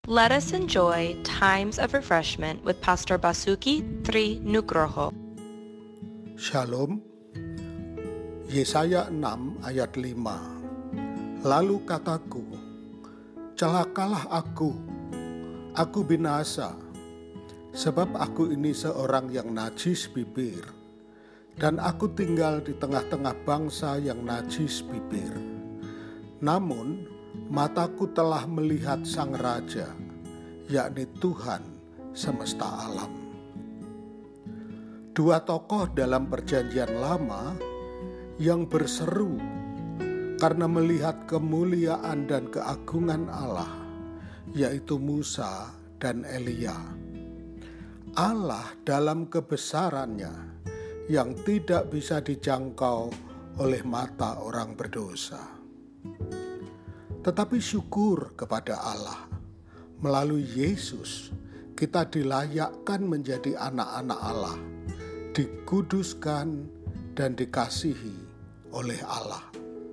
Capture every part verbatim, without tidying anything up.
Let us enjoy times of refreshment with Pastor Basuki Tri Nugroho. Shalom. Yesaya enam ayat lima. Lalu kataku, celakalah aku, aku binasa, sebab aku ini seorang yang najis bibir, dan aku tinggal di tengah-tengah bangsa yang najis bibir. Namun, mataku telah melihat Sang Raja, yakni Tuhan semesta alam. Dua tokoh dalam Perjanjian Lama yang berseru karena melihat kemuliaan dan keagungan Allah, yaitu Musa dan Elia. Allah dalam kebesarannya yang tidak bisa dijangkau oleh mata orang berdosa. Tetapi syukur kepada Allah, melalui Yesus kita dilayakkan menjadi anak-anak Allah, dikuduskan dan dikasihi oleh Allah.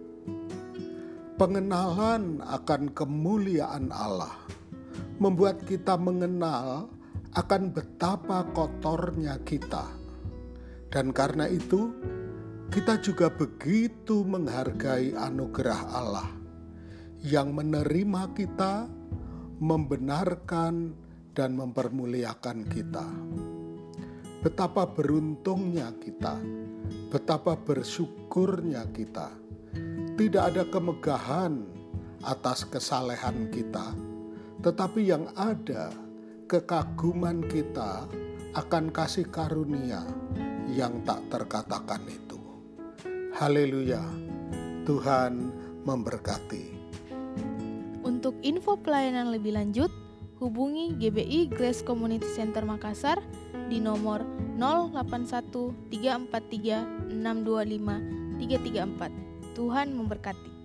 Pengenalan akan kemuliaan Allah membuat kita mengenal akan betapa kotornya kita. Dan karena itu, kita juga begitu menghargai anugerah Allah yang menerima kita, membenarkan dan mempermuliakan kita. Betapa beruntungnya kita, betapa bersyukurnya kita. Tidak ada kemegahan atas kesalehan kita, tetapi yang ada kekaguman kita akan kasih karunia yang tak terkatakan itu. Haleluya, Tuhan memberkati. Untuk info pelayanan lebih lanjut, hubungi G B I Grace Community Center Makassar di nomor nol delapan satu tiga empat tiga enam dua lima tiga tiga empat. Tuhan memberkati.